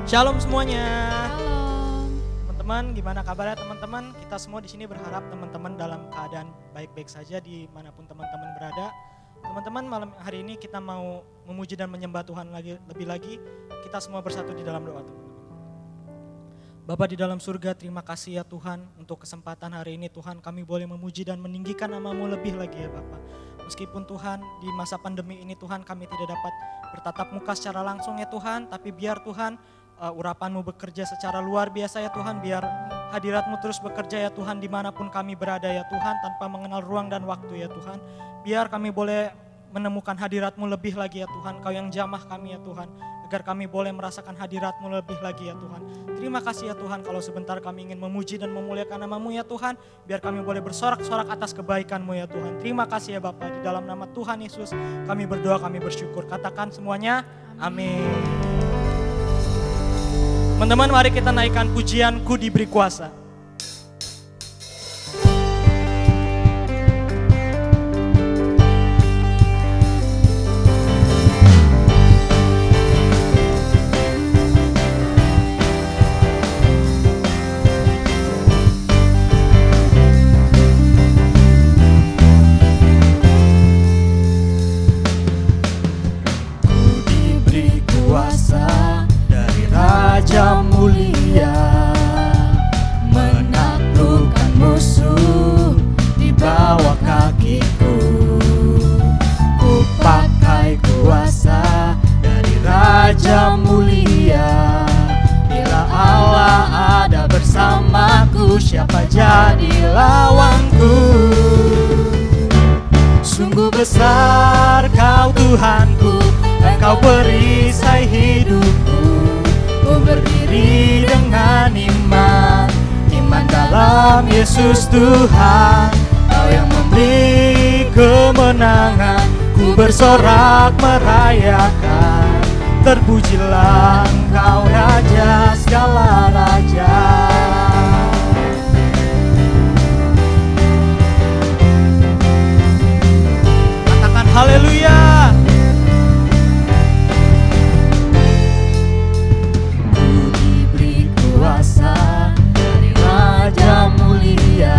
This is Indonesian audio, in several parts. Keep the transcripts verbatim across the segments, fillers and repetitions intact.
Shalom semuanya. Shalom. Teman-teman, gimana kabarnya teman-teman? Kita semua di sini berharap teman-teman dalam keadaan baik-baik saja dimanapun teman-teman berada. Teman-teman, malam hari ini kita mau memuji dan menyembah Tuhan lagi lebih lagi. Kita semua bersatu di dalam doa, teman-teman. Bapa di dalam surga, terima kasih ya Tuhan untuk kesempatan hari ini. Tuhan, kami boleh memuji dan meninggikan nama-Mu lebih lagi ya Bapa. Meskipun Tuhan di masa pandemi ini Tuhan kami tidak dapat bertatap muka secara langsung ya Tuhan, tapi biar Tuhan uh, urapan-Mu bekerja secara luar biasa ya Tuhan, biar hadirat-Mu terus bekerja ya Tuhan dimanapun kami berada ya Tuhan, tanpa mengenal ruang dan waktu ya Tuhan. Biar kami boleh menemukan hadirat-Mu lebih lagi ya Tuhan, Kau yang jamah kami ya Tuhan, agar kami boleh merasakan hadirat-Mu lebih lagi ya Tuhan. Terima kasih ya Tuhan kalau sebentar kami ingin memuji dan memuliakan nama-Mu ya Tuhan, biar kami boleh bersorak-sorak atas kebaikan-Mu ya Tuhan. Terima kasih ya Bapa, di dalam nama Tuhan Yesus kami berdoa, kami bersyukur. Katakan semuanya, amin. Teman-teman, mari kita naikkan pujian Ku Diberi Kuasa. Raja mulia menaklukkan musuh di bawah kakiku. Ku pakai kuasa dari Raja mulia. Bila Allah ada bersamaku, siapa jadi lawanku? Sungguh besar Kau Tuhanku, Engkau perisai hidupku. Ku berdiri dengan iman, iman dalam Yesus Tuhan. Kau yang memberi kemenangan, ku bersorak merayakan. Terpujilah Engkau Raja segala raja. Katakan haleluya. Kuasa dari Raja mulia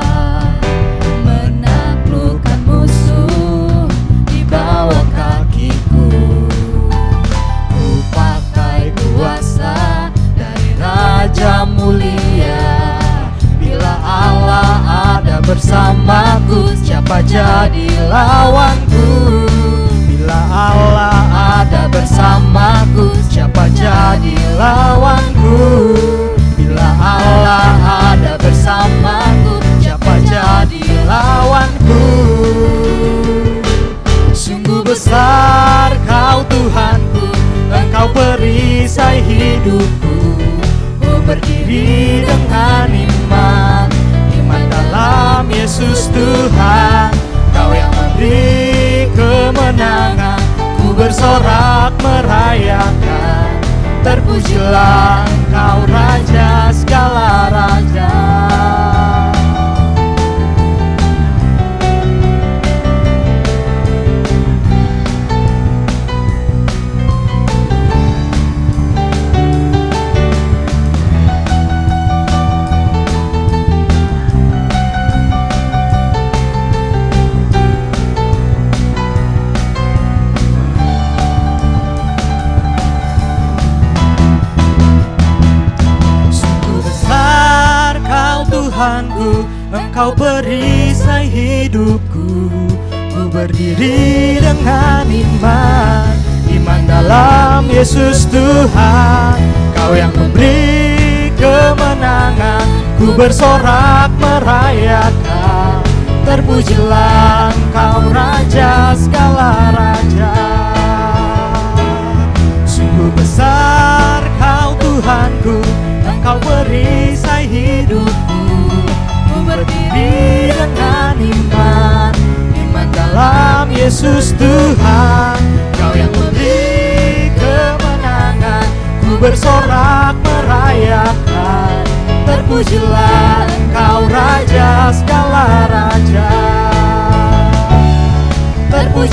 menaklukkan musuh di bawah kakiku. Ku pakai kuasa dari Raja mulia. Bila Allah ada bersamaku, siapa jadi lawanku? Bila Allah ada bersamaku, siapa jadi lawanku? Bila Allah ada bersamaku, siapa jadi lawanku? Sungguh besar Kau Tuhanku, Engkau perisai hidupku. Ku berdiri dengan iman, iman dalam Yesus Tuhan. Kau yang memberi kemenangan, ku bersorak merayakan. Terpujilah Engkau Raja segala raja. Tuhanku, Engkau perisai hidupku. Ku berdiri dengan iman, iman dalam Yesus Tuhan. Kau yang memberi kemenangan, ku bersorak merayakan. Terpujilah Engkau Raja segala raja. Sungguh besar Kau Tuhanku, Engkau perisai hidupku. Berdiri dengan iman, iman dalam Yesus Tuhan. Kau yang memberi kemenangan, ku bersorak merayakan. Terpujilah Engkau Raja segala raja.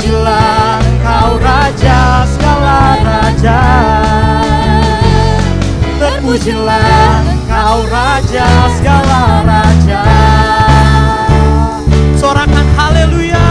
Terpujilah Engkau Raja segala raja. terpujilah Engkau Raja segala raja. Sorakan haleluya.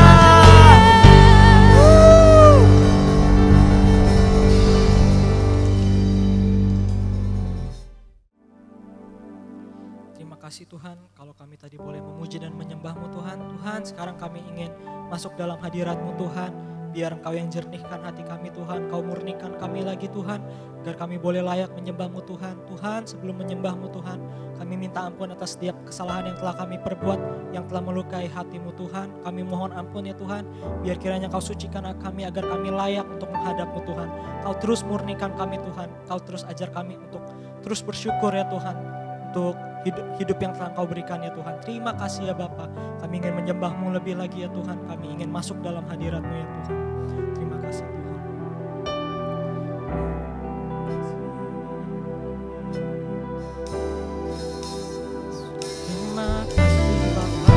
Terima kasih Tuhan, kalau kami tadi boleh memuji dan menyembah-Mu Tuhan. Tuhan, sekarang kami ingin masuk dalam hadirat-Mu Tuhan. Biar Engkau yang jernihkan hati kami Tuhan, Kau murnikan kami lagi Tuhan, agar kami boleh layak menyembah-Mu Tuhan. Tuhan, sebelum menyembah-Mu Tuhan, kami minta ampun atas setiap kesalahan yang telah kami perbuat, yang telah melukai hati-Mu Tuhan. Kami mohon ampun ya Tuhan, biar kiranya Kau sucikan kami agar kami layak untuk menghadap-Mu Tuhan. Kau terus murnikan kami Tuhan, Kau terus ajar kami untuk terus bersyukur ya Tuhan, untuk hidup, hidup yang telah Kau berikan ya Tuhan. Terima kasih ya Bapa, kami ingin menyembah-Mu lebih lagi ya Tuhan, kami ingin masuk dalam hadirat-Mu ya Tuhan. Terima kasih Tuhan. Terima kasih Bapa.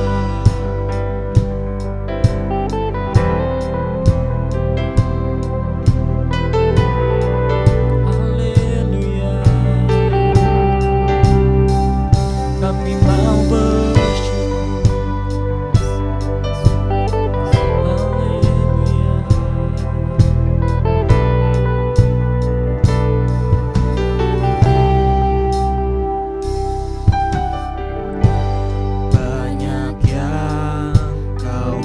Haleluya. Kami mau bersyukur. Haleluya. Banyak yang Kau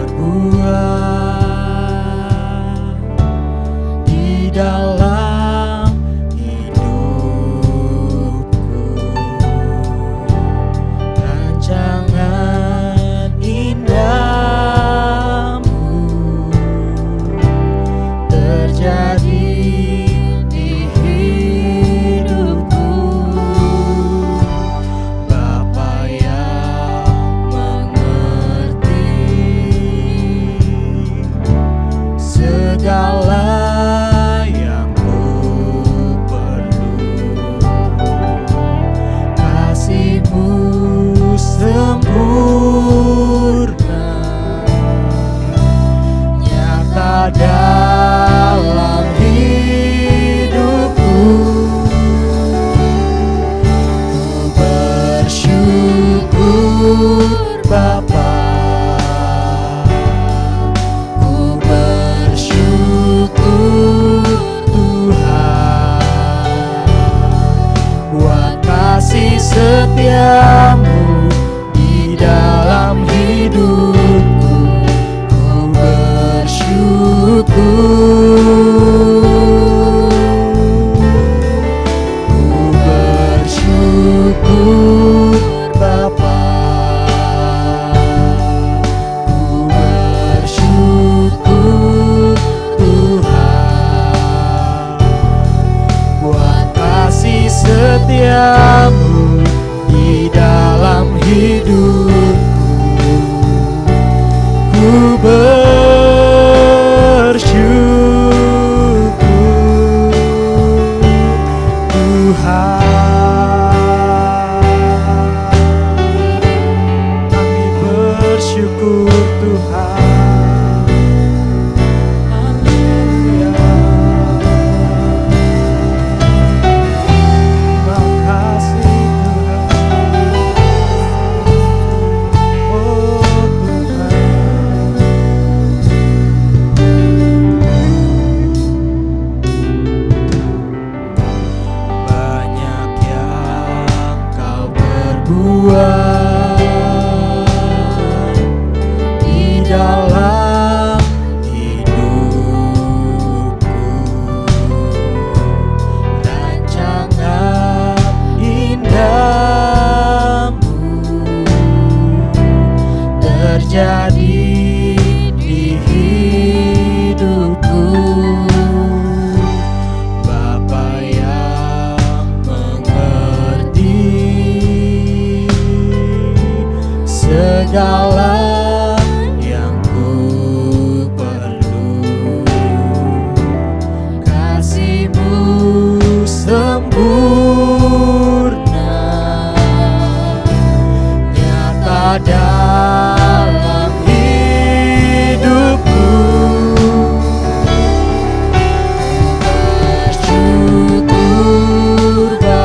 perbuat di dalam hidupku. Rancangan indahmu terjadi di hidupku. Bapa yang mengerti segala yang ku perlu. Kasih-Mu sempurna nyata dalam hidupku. Ku bersyukur Bapa, ku bersyukur Tuhan, buat kasih setia-Mu di dalam hidupku. Ku bersyukur, ku bersyukur Bapa, ku bersyukur Tuhan, buat kasih setia-Mu di dalam hidupku. Ku bersyukur Tuhan, kami bersyukur Tuhan. Haleluya. Terima kasih Tuhan. Oh Tuhan. Banyak yang Kau perbuat di dalam hidupku. Rancangan indahmu terjadi di hidupku. Bapa yang mengerti segala yang ku perlu. Kasih-Mu sempurna nyata dalam hidupku. Bersyukur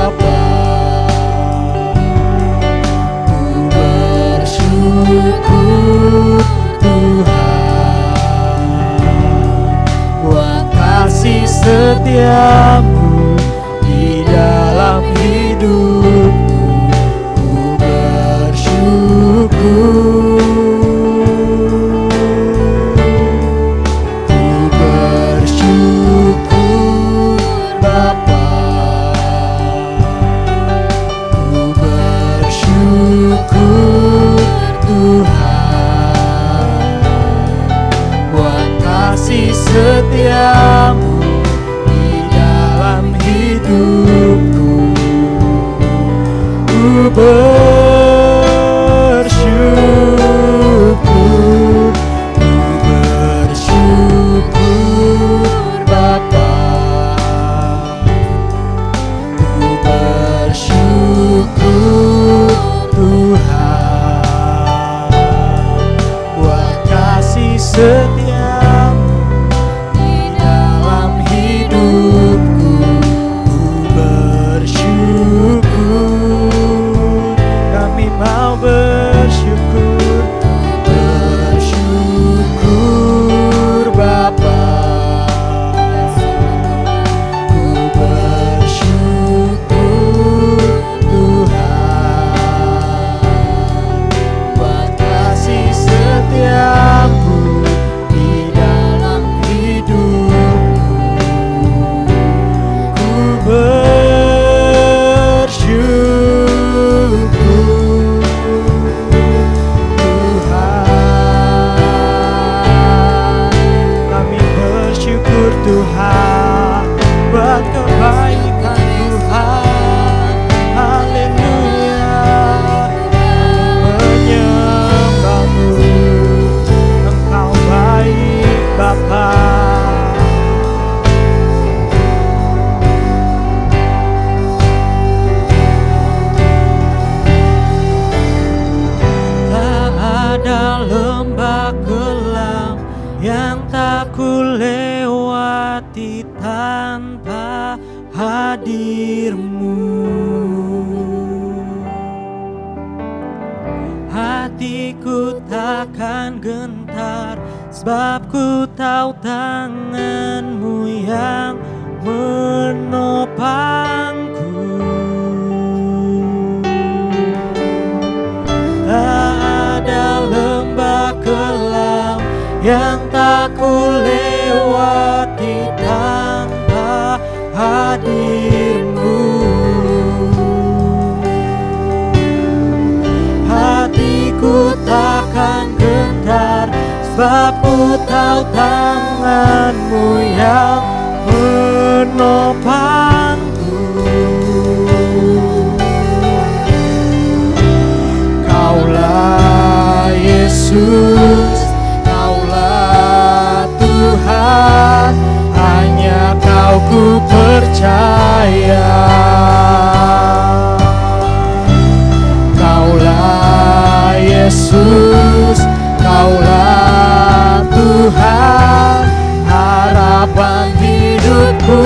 bersyukur, ku bersyukur Bapa, ku bersyukur Tuhan buat kasih setiamu di dalam hidupku. Ku bersyukur, kami mau bersyukur, bersyukur Bapa, ku bersyukur Tuhan buat kasih setiamu di dalam hidupku. Ku bersyukur Tuhan, kami bersyukur Tuhan buat kebaikan Tuhan. Haleluya, menyembahmu, Engkau baik Bapa. Tak ada lembah kelam yang tak ku lewati tanpa hadir-Mu. Hatiku takkan gentar, sebab ku tahu tangan-Mu yang menopangku. Tak ada lembah kelam yang tak ku lewati tanpa hadir-Mu. Hatiku takkan gentar, sebab ku tahu tangan-Mu yang menopangku. Kaulah Yesus, Kaulah Tuhan, hanya Kau ku percaya. Kaulah Yesus, Kaulah Tuhan, harapan hidupku.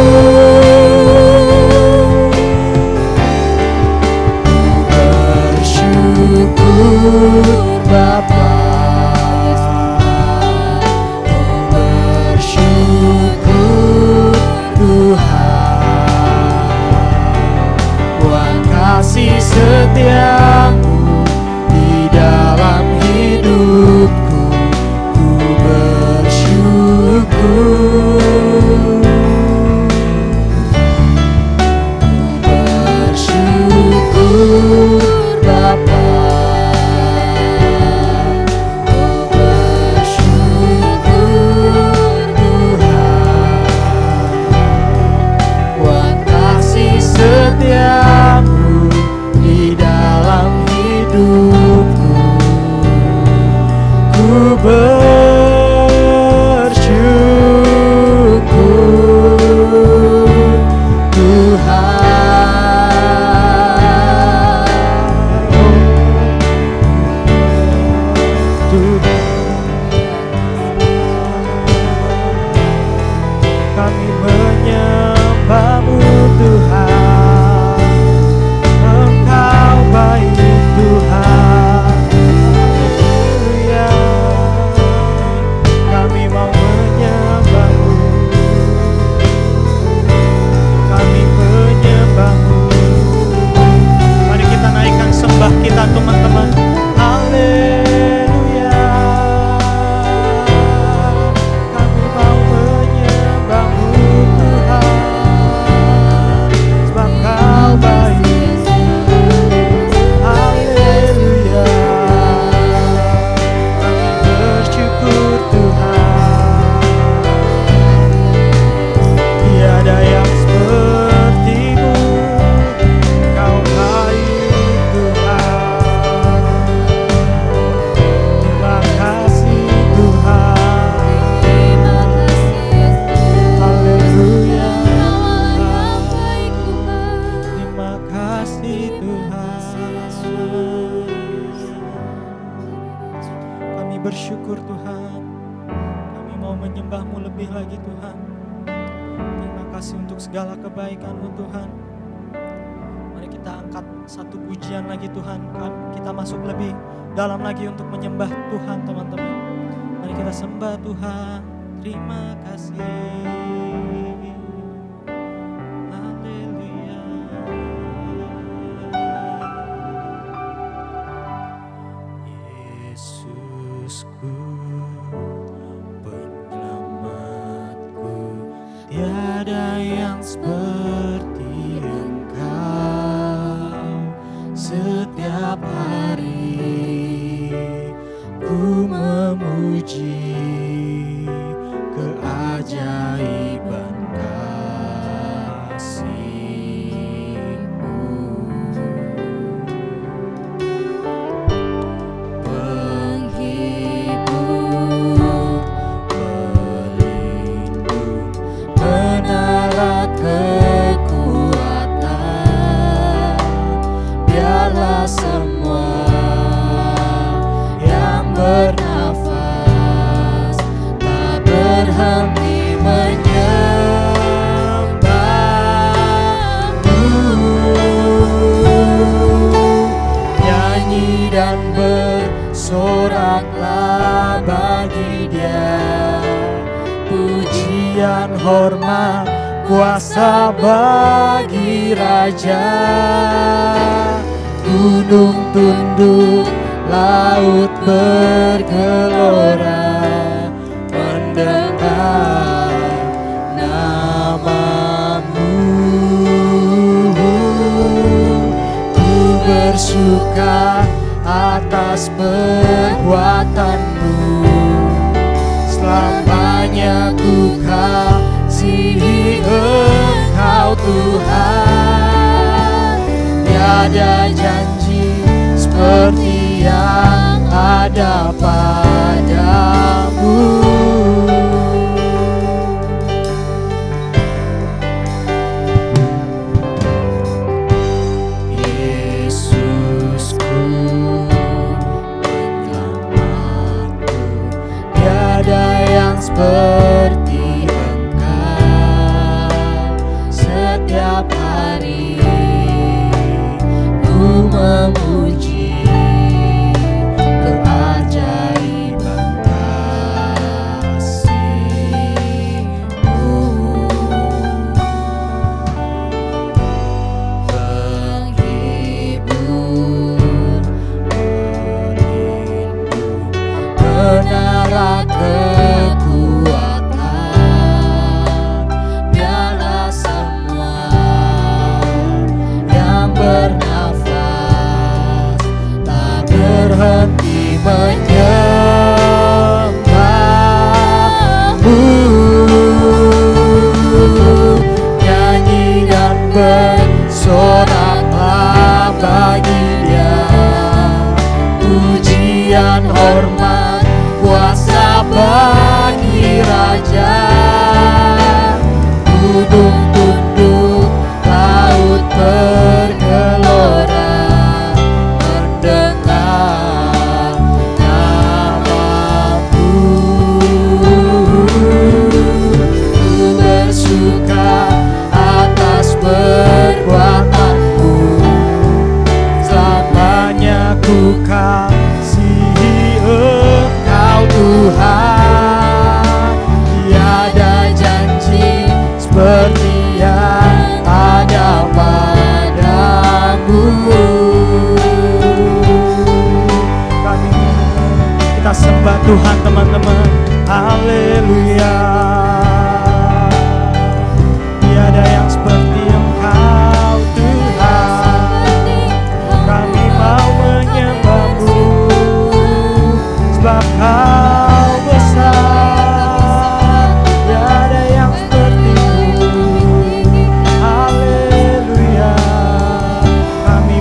Bersyukur Bapa, ku bersyukur Tuhan buat kasih setiamu di dalam hidupku. Ku bersyukur, ku bersyukur Bapa, ku bersyukur Tuhan buat kasih setiamu di dalam bersyukur Tuhan. Kami mau menyembah-Mu lebih lagi Tuhan. Terima kasih untuk segala kebaikan-Mu Tuhan. Mari kita angkat satu pujian lagi Tuhan. Kita masuk lebih dalam lagi untuk menyembah Tuhan teman-teman. Mari kita sembah Tuhan. Terima kasih. Haleluya. Yesusku, penyelamatku, tiada yang seperti Engkau. Setiap hari ku memuji keajaiban kasih-Mu. Penghibur, pelindung, menara kekuatan, biarlah semua yang bernafas tak berhenti menyembah-Mu. Nyanyi dan bersoraklah bagi Dia, pujian hormat kuasa bagi Raja. Gunung tunduk, laut bergelora mendengar nama-Mu. Ku bersuka atas perbuatan-Mu, selamanya ku kasihi Engkau Tuhan. Tiada janji seperti yang ada padamu. Yesusku, penyelamatku, tiada yang seperti Engkau. Setiap hari ku memuji keajaiban kasih-Mu. Penghibur, pelindung, menara kekuatan, biarlah semua yang bernafas tak berhenti menyembah-Mu. Nyanyi dan bersoraklah bagi Dia, pujian hormat kuasa bagi Raja. Gunung tunduk, laut bergelora mendengar nama-Mu. Ku bersuka atas perbuatan-Mu, selamanya ku kasihi Engkau Tuhan. Tiada janji seperti yang ada padamu. Kami kita sembah Tuhan teman-teman. Haleluya. Tiada yang seperti Engkau Tuhan. Kami mau menyembah-Mu, sebab Kau besar. Tiada yang seperti-Mu. Haleluya. Kami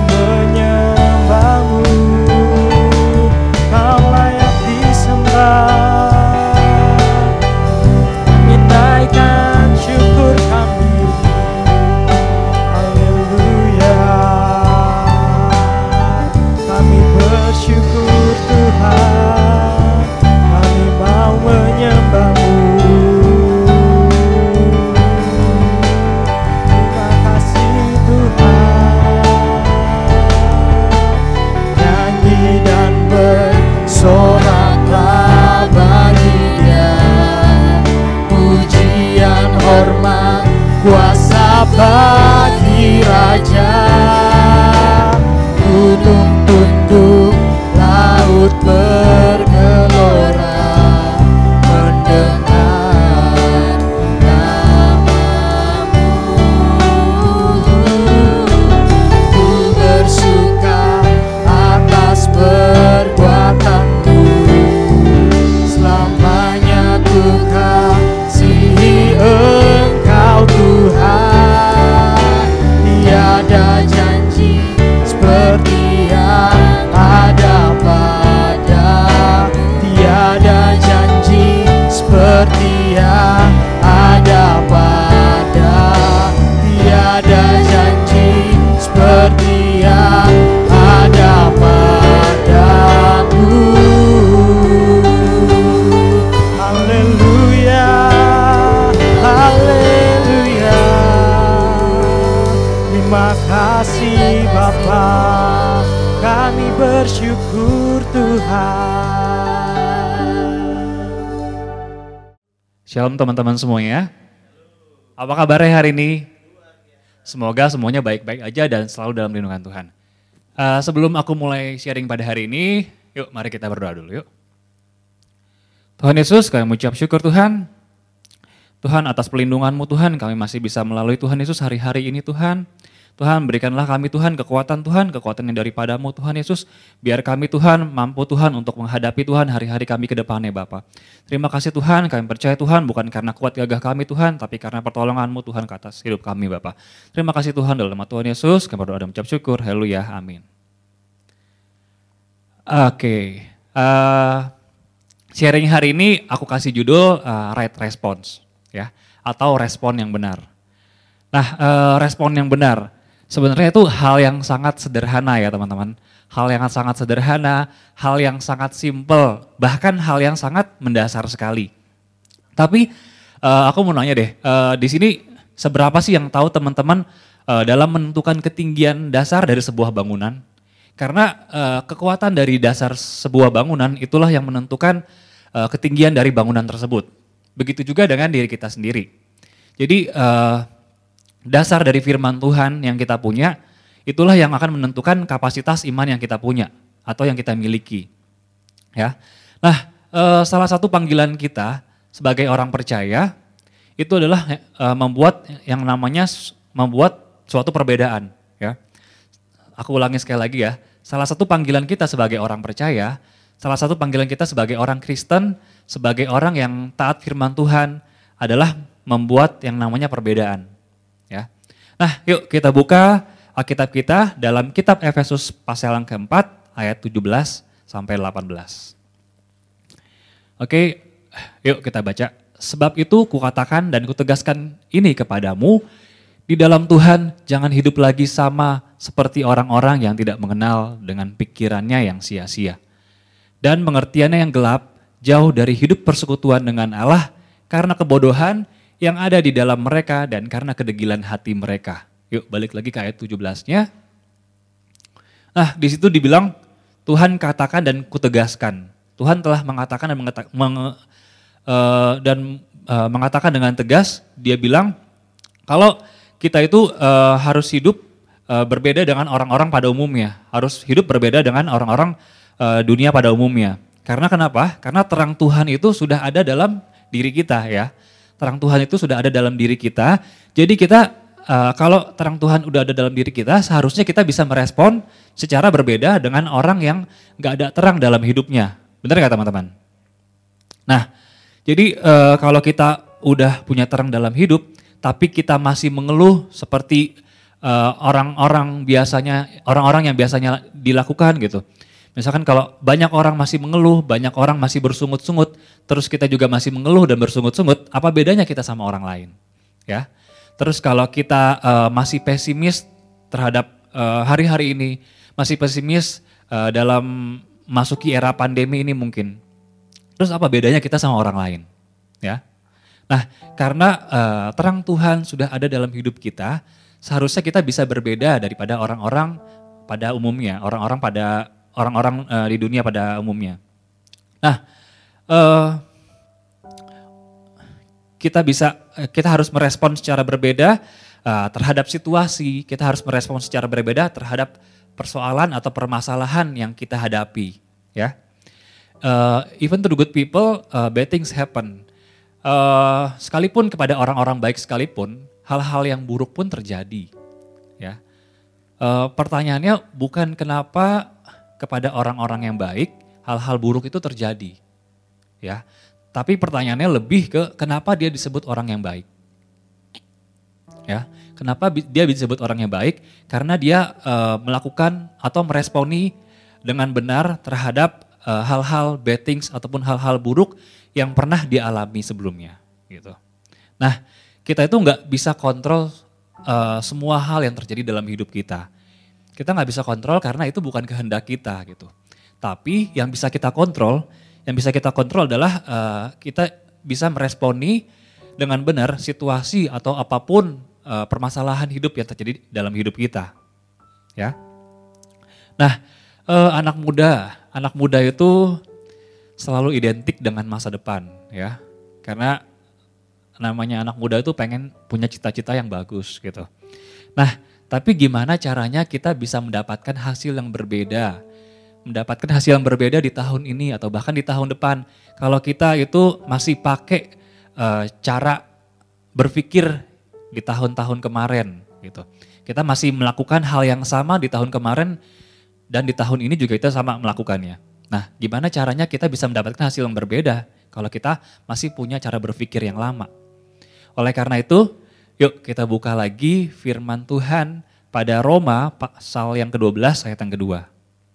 menyembah-Mu, Kau layak disembah. Terima kasih Bapa, kami bersyukur Tuhan. Shalom teman-teman semuanya. Apa kabarnya hari ini? Semoga semuanya baik-baik aja dan selalu dalam lindungan Tuhan. Uh, sebelum aku mulai sharing pada hari ini, yuk mari kita berdoa dulu yuk. Tuhan Yesus, kami mengucap syukur Tuhan. Tuhan atas pelindungan-Mu Tuhan, kami masih bisa melalui Tuhan Yesus hari-hari ini Tuhan. Tuhan berikanlah kami Tuhan kekuatan Tuhan, kekuatan yang daripada-Mu Tuhan Yesus. Biar kami Tuhan mampu Tuhan untuk menghadapi Tuhan hari-hari kami ke depannya Bapa. Terima kasih Tuhan, kami percaya Tuhan bukan karena kuat gagah kami Tuhan, tapi karena pertolongan-Mu Tuhan ke atas hidup kami Bapa. Terima kasih Tuhan dalam nama Tuhan Yesus, kami berdoa dan mengucap syukur, haleluya, amin. Oke, uh, sharing hari ini aku kasih judul uh, right response ya, atau respon yang benar. Nah uh, respon yang benar. Sebenarnya itu hal yang sangat sederhana ya teman-teman. Hal yang sangat sederhana, hal yang sangat simple, bahkan hal yang sangat mendasar sekali. Tapi uh, aku mau nanya deh, uh, di sini seberapa sih yang tahu teman-teman uh, dalam menentukan ketinggian dasar dari sebuah bangunan? Karena uh, kekuatan dari dasar sebuah bangunan itulah yang menentukan uh, ketinggian dari bangunan tersebut. Begitu juga dengan diri kita sendiri. Jadi uh, dasar dari firman Tuhan yang kita punya, itulah yang akan menentukan kapasitas iman yang kita punya atau yang kita miliki. Ya, nah e, salah satu panggilan kita sebagai orang percaya itu adalah e, membuat yang namanya membuat suatu perbedaan. Ya, aku ulangi sekali lagi ya. Salah satu panggilan kita sebagai orang percaya, salah satu panggilan kita sebagai orang Kristen, sebagai orang yang taat firman Tuhan adalah membuat yang namanya perbedaan. Ya. Nah yuk kita buka Alkitab kita dalam kitab Efesus pasal yang keempat ayat tujuh belas sampai delapan belas. Oke yuk kita baca. Sebab itu kukatakan dan kutegaskan ini kepadamu, di dalam Tuhan jangan hidup lagi sama seperti orang-orang yang tidak mengenal dengan pikirannya yang sia-sia. Dan pengertiannya yang gelap, jauh dari hidup persekutuan dengan Allah karena kebodohan yang ada di dalam mereka dan karena kedegilan hati mereka. Yuk balik lagi ke ayat tujuh belas-nya. Nah di situ dibilang Tuhan katakan dan kutegaskan. Tuhan telah mengatakan dan, mengata, meng, uh, dan uh, mengatakan dengan tegas, dia bilang kalau kita itu uh, harus hidup uh, berbeda dengan orang-orang pada umumnya. Harus hidup berbeda dengan orang-orang uh, dunia pada umumnya. Karena kenapa? Karena terang Tuhan itu sudah ada dalam diri kita ya. Terang Tuhan itu sudah ada dalam diri kita. Jadi kita uh, kalau terang Tuhan udah ada dalam diri kita, seharusnya kita bisa merespon secara berbeda dengan orang yang gak ada terang dalam hidupnya. Benar gak teman-teman? Nah, jadi uh, kalau kita udah punya terang dalam hidup, tapi kita masih mengeluh seperti uh, orang-orang biasanya, orang-orang yang biasanya dilakukan gitu. Misalkan kalau banyak orang masih mengeluh, banyak orang masih bersungut-sungut, terus kita juga masih mengeluh dan bersungut-sungut, apa bedanya kita sama orang lain? Ya. Terus kalau kita uh, masih pesimis terhadap uh, hari-hari ini, masih pesimis uh, dalam masuki era pandemi ini mungkin, terus apa bedanya kita sama orang lain? Ya. Nah, karena uh, terang Tuhan sudah ada dalam hidup kita, seharusnya kita bisa berbeda daripada orang-orang pada umumnya, orang-orang pada orang-orang uh, di dunia pada umumnya. Nah, uh, kita bisa, kita harus merespon secara berbeda uh, terhadap situasi, kita harus merespon secara berbeda terhadap persoalan atau permasalahan yang kita hadapi. Ya, uh, even to the good people, uh, bad things happen. Uh, sekalipun kepada orang-orang baik sekalipun, hal-hal yang buruk pun terjadi. Ya, uh, pertanyaannya bukan kenapa kepada orang-orang yang baik, hal-hal buruk itu terjadi. Ya, tapi pertanyaannya lebih ke kenapa dia disebut orang yang baik. Ya, kenapa dia disebut orang yang baik? Karena dia uh, melakukan atau meresponi dengan benar terhadap uh, hal-hal bad things ataupun hal-hal buruk yang pernah dialami sebelumnya. Gitu. Nah, kita itu nggak bisa kontrol uh, semua hal yang terjadi dalam hidup kita. Kita nggak bisa kontrol karena itu bukan kehendak kita gitu. Tapi yang bisa kita kontrol, yang bisa kita kontrol adalah uh, kita bisa meresponi dengan benar situasi atau apapun uh, permasalahan hidup yang terjadi dalam hidup kita. Ya. Nah, uh, anak muda, anak muda itu selalu identik dengan masa depan, ya. Karena namanya anak muda itu pengen punya cita-cita yang bagus gitu. Nah, tapi gimana caranya kita bisa mendapatkan hasil yang berbeda? Mendapatkan hasil yang berbeda di tahun ini atau bahkan di tahun depan. Kalau kita itu masih pakai uh, cara berpikir di tahun-tahun kemarin gitu. Kita masih melakukan hal yang sama di tahun kemarin dan di tahun ini juga kita sama melakukannya. Nah, gimana caranya kita bisa mendapatkan hasil yang berbeda kalau kita masih punya cara berpikir yang lama? Oleh karena itu, yuk kita buka lagi firman Tuhan pada Roma pasal yang kedua belas ayat yang kedua.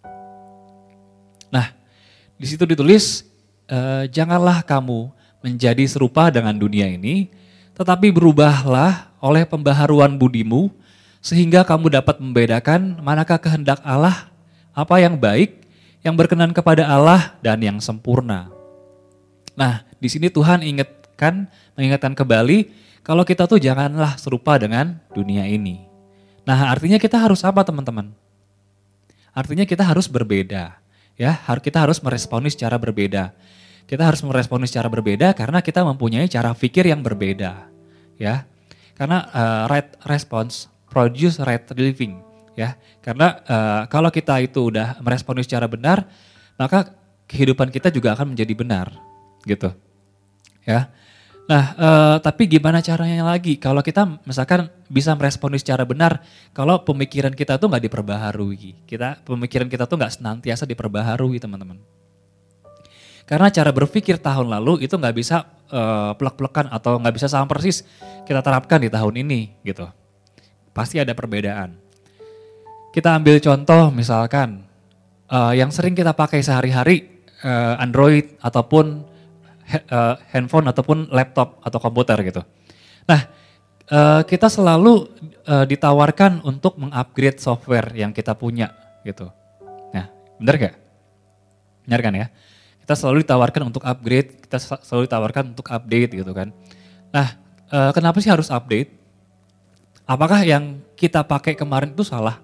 Nah, di situ ditulis, e, janganlah kamu menjadi serupa dengan dunia ini, tetapi berubahlah oleh pembaharuan budimu, sehingga kamu dapat membedakan manakah kehendak Allah, apa yang baik, yang berkenan kepada Allah, dan yang sempurna. Nah, di sini Tuhan ingatkan, mengingatkan kembali, kalau kita tuh janganlah serupa dengan dunia ini. Nah, artinya kita harus apa teman-teman? Artinya kita harus berbeda. Ya, kita harus meresponi secara berbeda. Kita harus meresponi secara berbeda karena kita mempunyai cara pikir yang berbeda. Ya, karena uh, right response produce right living. Ya, karena uh, kalau kita itu udah meresponi secara benar, maka kehidupan kita juga akan menjadi benar, gitu. Ya. Nah, eh, tapi gimana caranya lagi? Kalau kita misalkan bisa meresponi secara benar, kalau pemikiran kita tuh nggak diperbaharui, kita pemikiran kita tuh nggak senantiasa diperbaharui, teman-teman. Karena cara berpikir tahun lalu itu nggak bisa eh, plek-plekan atau nggak bisa sama persis kita terapkan di tahun ini, gitu. Pasti ada perbedaan. Kita ambil contoh misalkan eh, yang sering kita pakai sehari-hari eh, Android ataupun Uh, handphone ataupun laptop atau komputer gitu. Nah, uh, kita selalu uh, ditawarkan untuk mengupgrade software yang kita punya gitu. Nah, benar gak? Benar kan ya? Kita selalu ditawarkan untuk upgrade, kita selalu ditawarkan untuk update gitu kan. Nah, uh, kenapa sih harus update? Apakah yang kita pakai kemarin itu salah?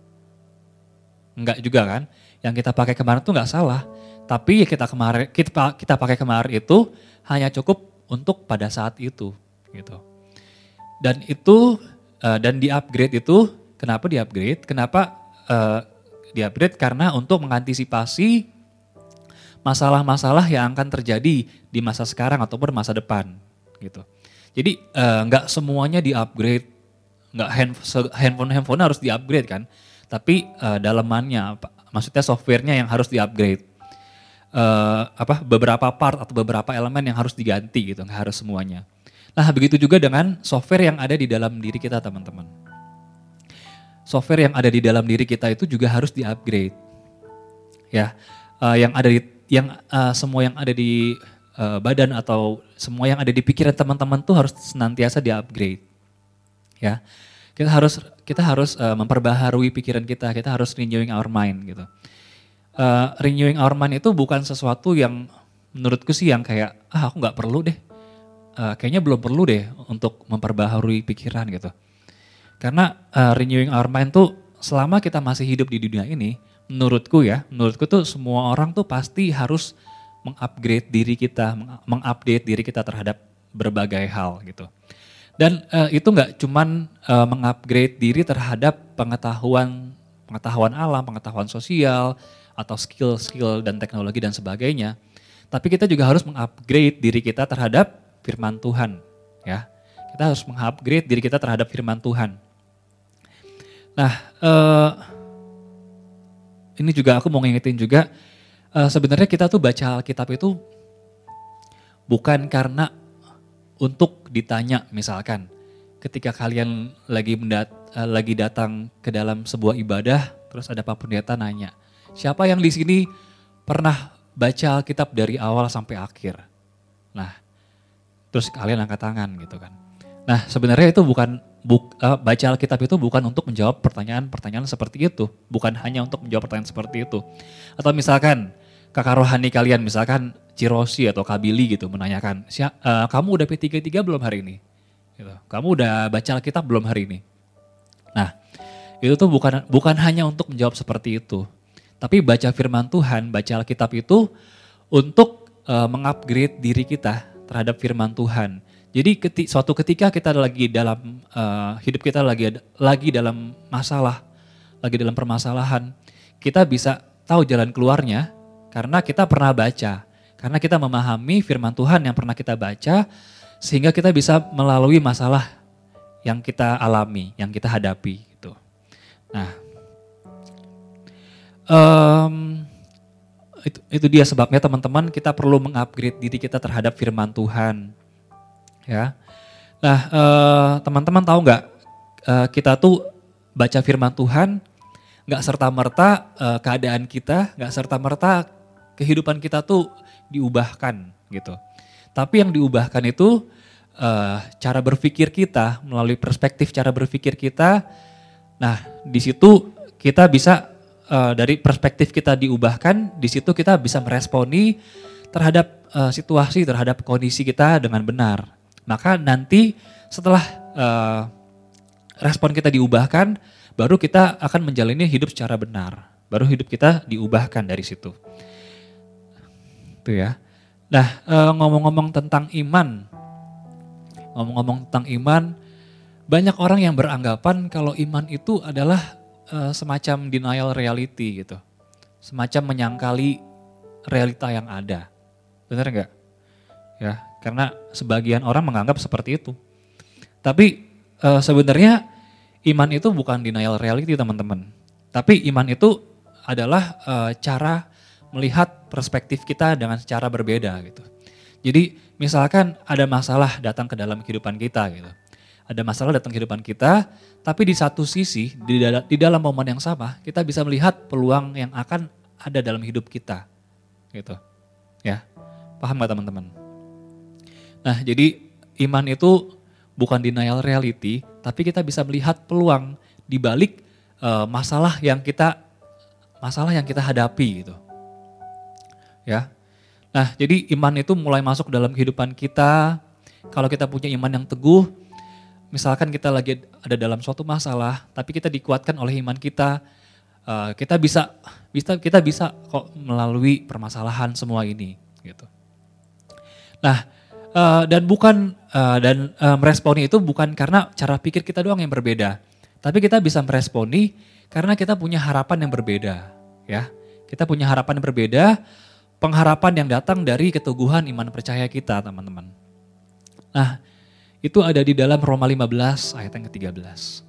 Enggak juga kan? Yang kita pakai kemarin itu enggak salah. Tapi kita kemarin kita kita pakai kemarin itu hanya cukup untuk pada saat itu, gitu. Dan itu uh, dan di-upgrade itu kenapa di-upgrade? Kenapa uh, di-upgrade? Karena untuk mengantisipasi masalah-masalah yang akan terjadi di masa sekarang ataupun masa depan, gitu. Jadi uh, nggak semuanya di-upgrade, nggak handphone handphone harus di-upgrade kan? Tapi uh, dalemannya, maksudnya softwarenya yang harus di-upgrade. Uh, apa beberapa part atau beberapa elemen yang harus diganti gitu, nggak harus semuanya. Nah, begitu juga dengan software yang ada di dalam diri kita, teman-teman. Software yang ada di dalam diri kita itu juga harus di-upgrade. Ya, uh, yang ada di yang uh, semua yang ada di uh, badan atau semua yang ada di pikiran teman-teman tuh harus senantiasa di-upgrade. Ya. Kita harus kita harus uh, memperbaharui pikiran kita, kita harus renewing our mind gitu. Uh, renewing our mind itu bukan sesuatu yang menurutku sih yang kayak, ah aku gak perlu deh. Uh, kayaknya belum perlu deh untuk memperbaharui pikiran gitu. Karena uh, renewing our mind tuh selama kita masih hidup di dunia ini, menurutku ya, menurutku tuh semua orang tuh pasti harus mengupgrade diri kita, mengupdate diri kita terhadap berbagai hal gitu. Dan uh, itu gak cuman uh, mengupgrade diri terhadap pengetahuan, pengetahuan alam, pengetahuan sosial, atau skill-skill dan teknologi dan sebagainya. Tapi kita juga harus mengupgrade diri kita terhadap firman Tuhan. Ya, kita harus mengupgrade diri kita terhadap firman Tuhan. Nah, eh, ini juga aku mau ngingetin juga, eh, sebenarnya kita tuh baca Alkitab itu bukan karena untuk ditanya misalkan, ketika kalian lagi mendat, eh, lagi datang ke dalam sebuah ibadah, terus ada Pak Pendeta nanya, siapa yang di sini pernah baca Alkitab dari awal sampai akhir? Nah, terus kalian angkat tangan gitu kan. Nah, sebenarnya itu bukan buk, uh, baca Alkitab itu bukan untuk menjawab pertanyaan-pertanyaan seperti itu, bukan hanya untuk menjawab pertanyaan seperti itu. Atau misalkan kakak rohani kalian, misalkan Cirosi atau Kabili gitu menanyakan, uh, kamu udah P tiga puluh tiga belum hari ini? Gitu. Kamu udah baca Alkitab belum hari ini? Nah, itu tuh bukan bukan hanya untuk menjawab seperti itu. Tapi baca firman Tuhan, baca Alkitab itu untuk uh, mengupgrade diri kita terhadap firman Tuhan. Jadi keti, suatu ketika kita lagi dalam uh, hidup kita lagi lagi dalam masalah, lagi dalam permasalahan, kita bisa tahu jalan keluarnya karena kita pernah baca, karena kita memahami firman Tuhan yang pernah kita baca, sehingga kita bisa melalui masalah yang kita alami, yang kita hadapi. Gitu. Nah, um, itu, itu dia sebabnya teman-teman kita perlu mengupgrade diri kita terhadap firman Tuhan. Ya, nah uh, teman-teman tahu nggak uh, kita tuh baca firman Tuhan nggak serta merta uh, keadaan kita, nggak serta merta kehidupan kita tuh diubahkan gitu. Tapi yang diubahkan itu uh, cara berpikir kita, melalui perspektif cara berpikir kita. Nah, di situ kita bisa uh, dari perspektif kita diubahkan, di situ kita bisa meresponi terhadap uh, situasi, terhadap kondisi kita dengan benar. Maka nanti setelah uh, respon kita diubahkan, baru kita akan menjalani hidup secara benar. Baru hidup kita diubahkan dari situ. Itu ya. Nah, uh, ngomong-ngomong tentang iman, ngomong-ngomong tentang iman, banyak orang yang beranggapan kalau iman itu adalah uh, semacam denial reality gitu. Semacam menyangkali realita yang ada. Benar enggak? Ya, karena sebagian orang menganggap seperti itu. Tapi uh, sebenarnya iman itu bukan denial reality teman-teman. Tapi iman itu adalah uh, cara melihat perspektif kita dengan secara berbeda gitu. Jadi misalkan ada masalah datang ke dalam kehidupan kita gitu. Ada masalah datang ke kehidupan kita, tapi di satu sisi, di, dal- di dalam momen yang sama, kita bisa melihat peluang yang akan ada dalam hidup kita. Gitu. Ya, paham gak teman-teman? Nah jadi iman itu bukan denial reality, tapi kita bisa melihat peluang di balik uh, masalah yang kita masalah yang kita hadapi gitu. Ya. Nah, jadi iman itu mulai masuk dalam kehidupan kita. Kalau kita punya iman yang teguh, misalkan kita lagi ada dalam suatu masalah, tapi kita dikuatkan oleh iman kita, uh, kita bisa bisa kita bisa kok melalui permasalahan semua ini gitu. Nah, uh, dan bukan uh, dan uh, meresponi itu bukan karena cara pikir kita doang yang berbeda, tapi kita bisa meresponi karena kita punya harapan yang berbeda, ya. Kita punya harapan yang berbeda. Pengharapan yang datang dari keteguhan iman percaya kita, teman-teman. Nah, itu ada di dalam Roma lima belas ayat yang ketiga belas.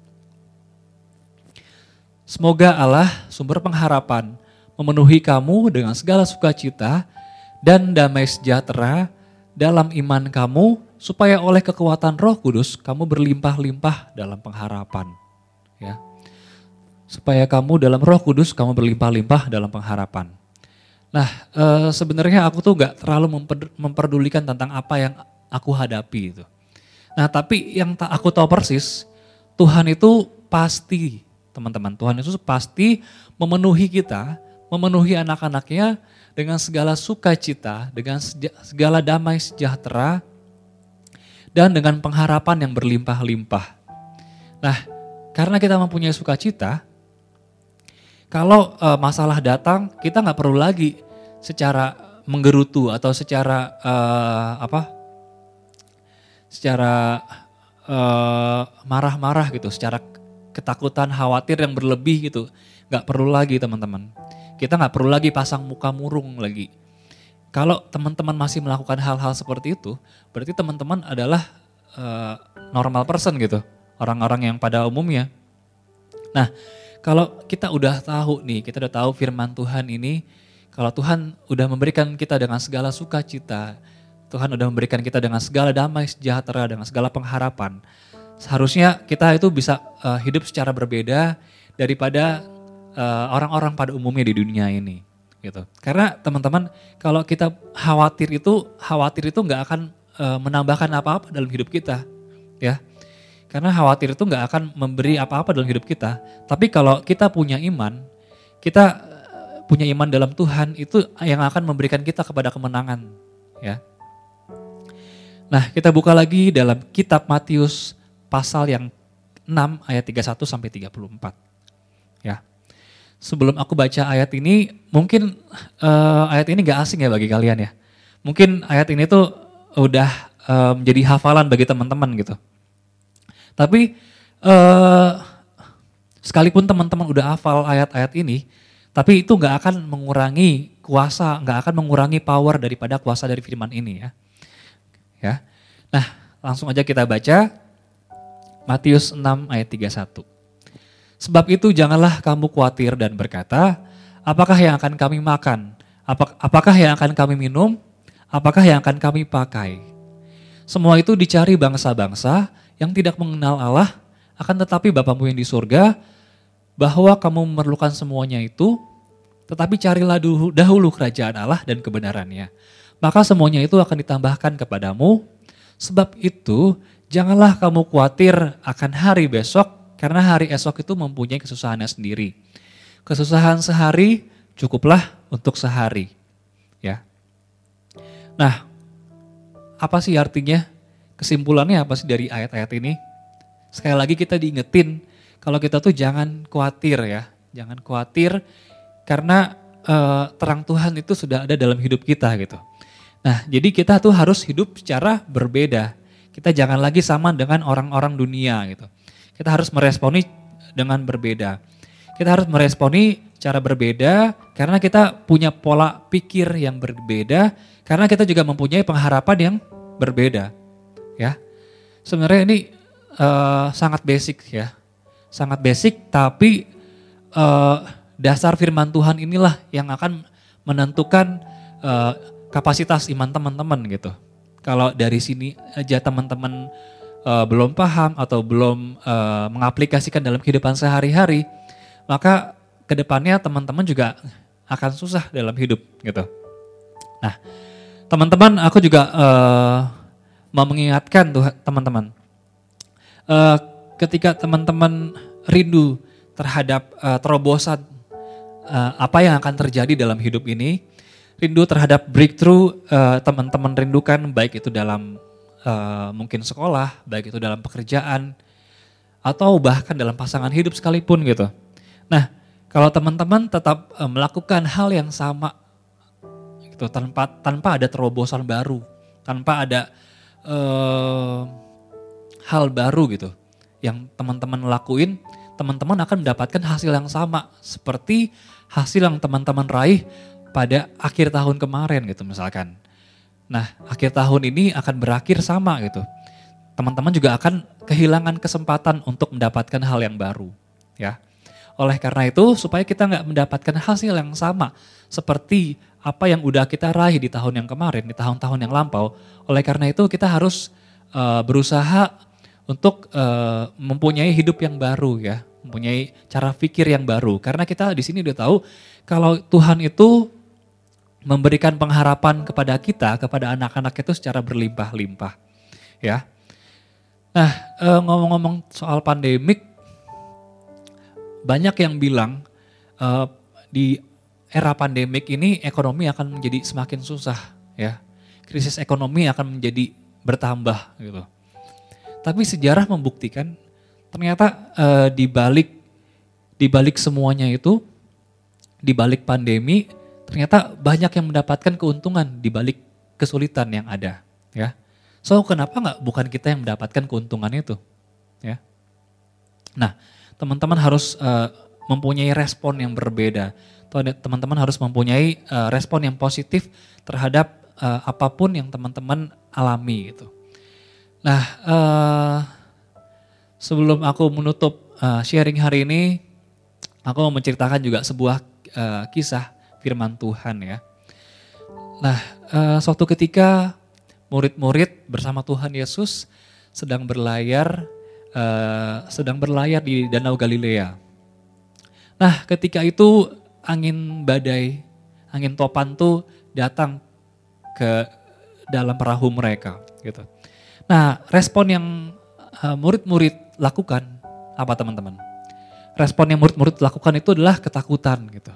Semoga Allah, sumber pengharapan, memenuhi kamu dengan segala sukacita dan damai sejahtera dalam iman kamu, supaya oleh kekuatan Roh Kudus kamu berlimpah-limpah dalam pengharapan. Ya. Supaya kamu dalam Roh Kudus kamu berlimpah-limpah dalam pengharapan. Nah, e, sebenarnya aku tuh gak terlalu memperdulikan tentang apa yang aku hadapi itu. Nah, tapi yang ta- aku tahu persis, Tuhan itu pasti, teman-teman, Tuhan itu pasti memenuhi kita, memenuhi anak-anaknya dengan segala sukacita, dengan seja- segala damai sejahtera, dan dengan pengharapan yang berlimpah-limpah. Nah, karena kita mempunyai sukacita, kalau uh, masalah datang, kita nggak perlu lagi secara menggerutu atau secara uh, apa? Secara uh, marah-marah gitu, secara ketakutan, khawatir yang berlebih gitu, nggak perlu lagi teman-teman. Kita nggak perlu lagi pasang muka murung lagi. Kalau teman-teman masih melakukan hal-hal seperti itu, berarti teman-teman adalah uh, normal person gitu, orang-orang yang pada umumnya. Nah, kalau kita udah tahu nih, kita udah tahu firman Tuhan ini, kalau Tuhan udah memberikan kita dengan segala sukacita, Tuhan udah memberikan kita dengan segala damai sejahtera, dengan segala pengharapan, seharusnya kita itu bisa uh, hidup secara berbeda daripada uh, orang-orang pada umumnya di dunia ini. Gitu. Karena teman-teman, kalau kita khawatir itu, khawatir itu nggak akan uh, menambahkan apa-apa dalam hidup kita, ya. Karena khawatir itu nggak akan memberi apa-apa dalam hidup kita. Tapi kalau kita punya iman, kita punya iman dalam Tuhan, itu yang akan memberikan kita kepada kemenangan. Ya. Nah, kita buka lagi dalam kitab Matius pasal yang enam ayat tiga puluh satu sampai tiga puluh empat. Ya. Sebelum aku baca ayat ini, mungkin uh, ayat ini gak asing ya bagi kalian ya. Mungkin ayat ini tuh udah uh, menjadi hafalan bagi teman-teman gitu. Tapi uh, sekalipun teman-teman udah hafal ayat-ayat ini, tapi itu gak akan mengurangi kuasa, gak akan mengurangi power daripada kuasa dari firman ini ya. Ya. Nah, langsung aja kita baca Matius enam ayat tiga puluh satu. Sebab itu janganlah kamu khawatir dan berkata, apakah yang akan kami makan? Apakah yang akan kami minum? Apakah yang akan kami pakai? Semua itu dicari bangsa-bangsa yang tidak mengenal Allah, akan tetapi Bapamu yang di surga, bahwa kamu memerlukan semuanya itu, tetapi carilah dahulu kerajaan Allah dan kebenarannya. Maka semuanya itu akan ditambahkan kepadamu. Sebab itu janganlah kamu khawatir akan hari besok, karena hari esok itu mempunyai kesusahannya sendiri. Kesusahan sehari cukuplah untuk sehari. Ya. Nah, apa sih artinya? Kesimpulannya apa sih dari ayat-ayat ini? Sekali lagi kita diingetin kalau kita tuh jangan khawatir ya. Jangan khawatir karena uh, terang Tuhan itu sudah ada dalam hidup kita gitu. Nah, jadi kita tuh harus hidup secara berbeda. Kita jangan lagi sama dengan orang-orang dunia gitu. Kita harus meresponi dengan berbeda. Kita harus meresponi cara berbeda karena kita punya pola pikir yang berbeda, karena kita juga mempunyai pengharapan yang berbeda. Ya, sebenarnya ini uh, sangat basic ya, sangat basic. Tapi uh, dasar firman Tuhan inilah yang akan menentukan uh, kapasitas iman teman-teman gitu. Kalau dari sini aja teman-teman uh, belum paham atau belum uh, mengaplikasikan dalam kehidupan sehari-hari, maka kedepannya teman-teman juga akan susah dalam hidup gitu. Nah, teman-teman, aku juga uh, mau mengingatkan tuh teman-teman, uh, ketika teman-teman rindu terhadap uh, terobosan uh, apa yang akan terjadi dalam hidup ini, rindu terhadap breakthrough, uh, teman-teman rindukan baik itu dalam uh, mungkin sekolah, baik itu dalam pekerjaan, atau bahkan dalam pasangan hidup sekalipun gitu. Nah, kalau teman-teman tetap uh, melakukan hal yang sama gitu, tanpa tanpa ada terobosan baru, tanpa ada uh, hal baru gitu yang teman-teman lakuin, teman-teman akan mendapatkan hasil yang sama seperti hasil yang teman-teman raih pada akhir tahun kemarin gitu misalkan. Nah, akhir tahun ini akan berakhir sama gitu. Teman-teman juga akan kehilangan kesempatan untuk mendapatkan hal yang baru ya. Oleh karena itu, supaya kita nggak mendapatkan hasil yang sama seperti apa yang udah kita raih di tahun yang kemarin, di tahun-tahun yang lampau. Oleh karena itu kita harus uh, berusaha untuk uh, mempunyai hidup yang baru ya, mempunyai cara pikir yang baru. Karena kita di sini udah tahu kalau Tuhan itu memberikan pengharapan kepada kita, kepada anak-anak itu secara berlimpah-limpah. Ya. Nah, e, ngomong-ngomong soal pandemik, banyak yang bilang e, di era pandemik ini ekonomi akan menjadi semakin susah, ya. Krisis ekonomi akan menjadi bertambah gitu. Tapi sejarah membuktikan ternyata e, di balik di balik semuanya itu, di balik pandemi, ternyata banyak yang mendapatkan keuntungan di balik kesulitan yang ada, ya. So kenapa nggak bukan kita yang mendapatkan keuntungan itu, ya? Nah, teman-teman harus uh, mempunyai respon yang berbeda. Teman-teman harus mempunyai uh, respon yang positif terhadap uh, apapun yang teman-teman alami, gitu. Nah, uh, sebelum aku menutup uh, sharing hari ini, aku mau menceritakan juga sebuah uh, kisah firman Tuhan ya. Nah, uh, suatu ketika murid-murid bersama Tuhan Yesus sedang berlayar, uh, sedang berlayar di Danau Galilea. Nah, ketika itu angin badai, angin topan tuh datang ke dalam perahu mereka, gitu. Nah, respon yang uh, murid-murid lakukan apa teman-teman? Respon yang murid-murid lakukan itu adalah ketakutan, gitu.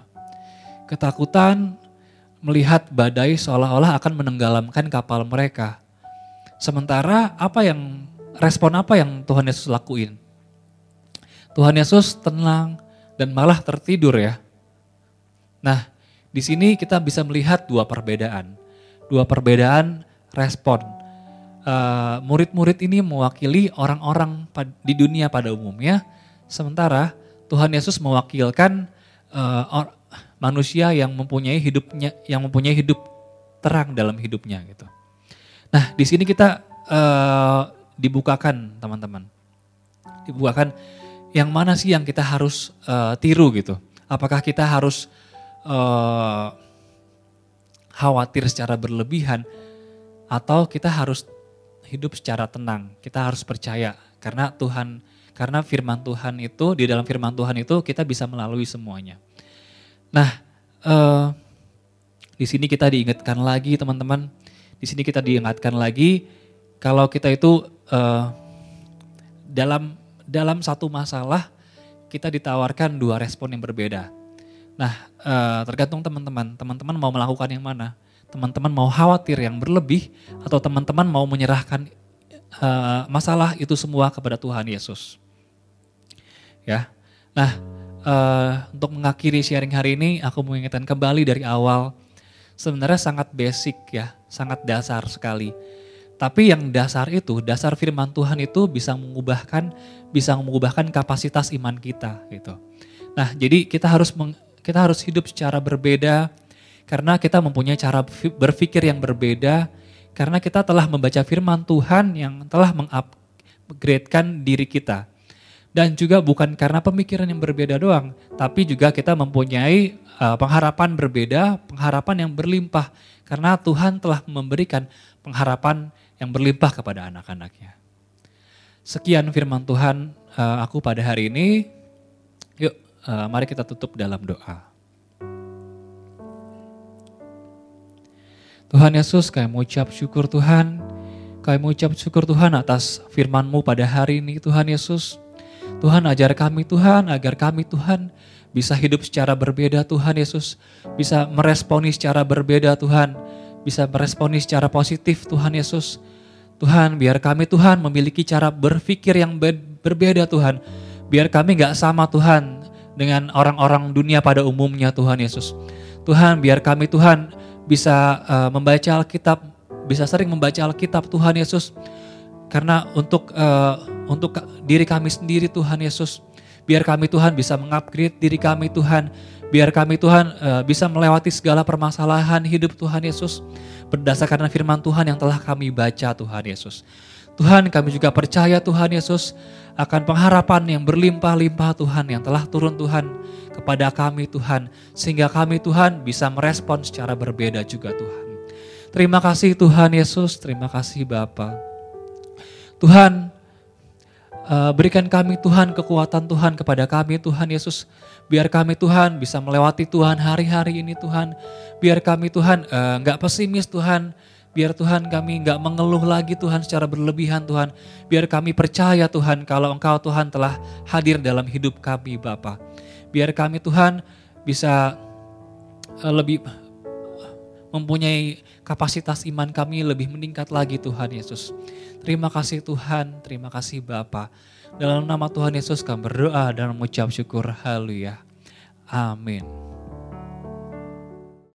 Ketakutan melihat badai seolah-olah akan menenggelamkan kapal mereka. Sementara apa yang respon apa yang Tuhan Yesus lakuin? Tuhan Yesus tenang dan malah tertidur ya. Nah, di sini kita bisa melihat dua perbedaan. Dua perbedaan respon. Uh, murid-murid ini mewakili orang-orang di dunia pada umumnya. Sementara Tuhan Yesus mewakilkan uh, or, manusia yang mempunyai hidupnya, yang mempunyai hidup terang dalam hidupnya gitu. Nah, di sini kita uh, dibukakan teman-teman. Dibukakan yang mana sih yang kita harus uh, tiru gitu. Apakah kita harus uh, khawatir secara berlebihan atau kita harus hidup secara tenang. Kita harus percaya karena Tuhan, karena firman Tuhan itu, di dalam firman Tuhan itu kita bisa melalui semuanya. Nah, uh, di sini kita diingatkan lagi teman-teman, di sini kita diingatkan lagi kalau kita itu uh, dalam dalam satu masalah kita ditawarkan dua respon yang berbeda. Nah, uh, tergantung teman-teman, teman-teman mau melakukan yang mana? Teman-teman mau khawatir yang berlebih atau teman-teman mau menyerahkan uh, masalah itu semua kepada Tuhan Yesus? Ya, nah uh, untuk mengakhiri sharing hari ini, aku mau ingatkan kembali dari awal. Sebenarnya sangat basic ya, sangat dasar sekali. Tapi yang dasar itu, dasar firman Tuhan itu bisa mengubahkan, bisa mengubahkan kapasitas iman kita gitu. Nah, jadi kita harus meng, kita harus hidup secara berbeda karena kita mempunyai cara berpikir yang berbeda, karena kita telah membaca firman Tuhan yang telah mengupgradekan diri kita. Dan juga bukan karena pemikiran yang berbeda doang, tapi juga kita mempunyai uh, pengharapan berbeda, pengharapan yang berlimpah. Karena Tuhan telah memberikan pengharapan yang berlimpah kepada anak-anaknya. Sekian firman Tuhan uh, aku pada hari ini. Yuk, uh, mari kita tutup dalam doa. Tuhan Yesus, kami mengucap syukur Tuhan. Kami mengucap syukur Tuhan atas firman-Mu pada hari ini Tuhan Yesus. Tuhan ajar kami Tuhan, agar kami Tuhan bisa hidup secara berbeda Tuhan Yesus. Bisa meresponi secara berbeda Tuhan. Bisa meresponi secara positif Tuhan Yesus. Tuhan, biar kami Tuhan memiliki cara berpikir yang berbeda Tuhan. Biar kami gak sama Tuhan dengan orang-orang dunia pada umumnya Tuhan Yesus. Tuhan, biar kami Tuhan bisa uh, membaca Alkitab, bisa sering membaca Alkitab Tuhan Yesus. Karena untuk uh, untuk diri kami sendiri Tuhan Yesus, biar kami Tuhan bisa mengupgrade diri kami Tuhan, biar kami Tuhan uh, bisa melewati segala permasalahan hidup Tuhan Yesus, berdasarkan firman Tuhan yang telah kami baca Tuhan Yesus. Tuhan, kami juga percaya Tuhan Yesus akan pengharapan yang berlimpah-limpah Tuhan yang telah turun Tuhan kepada kami Tuhan, sehingga kami Tuhan bisa merespon secara berbeda juga Tuhan. Terima kasih Tuhan Yesus, terima kasih Bapa. Tuhan, uh, berikan kami Tuhan kekuatan Tuhan kepada kami Tuhan Yesus. Biar kami Tuhan bisa melewati Tuhan hari-hari ini Tuhan. Biar kami Tuhan uh, gak pesimis Tuhan. Biar Tuhan kami gak mengeluh lagi Tuhan secara berlebihan Tuhan. Biar kami percaya Tuhan kalau Engkau Tuhan telah hadir dalam hidup kami Bapa. Biar kami Tuhan bisa uh, lebih mempunyai kapasitas iman kami lebih meningkat lagi Tuhan Yesus. Terima kasih Tuhan, terima kasih Bapa. Dalam nama Tuhan Yesus kami berdoa dan mengucap syukur. Haleluya. Amin.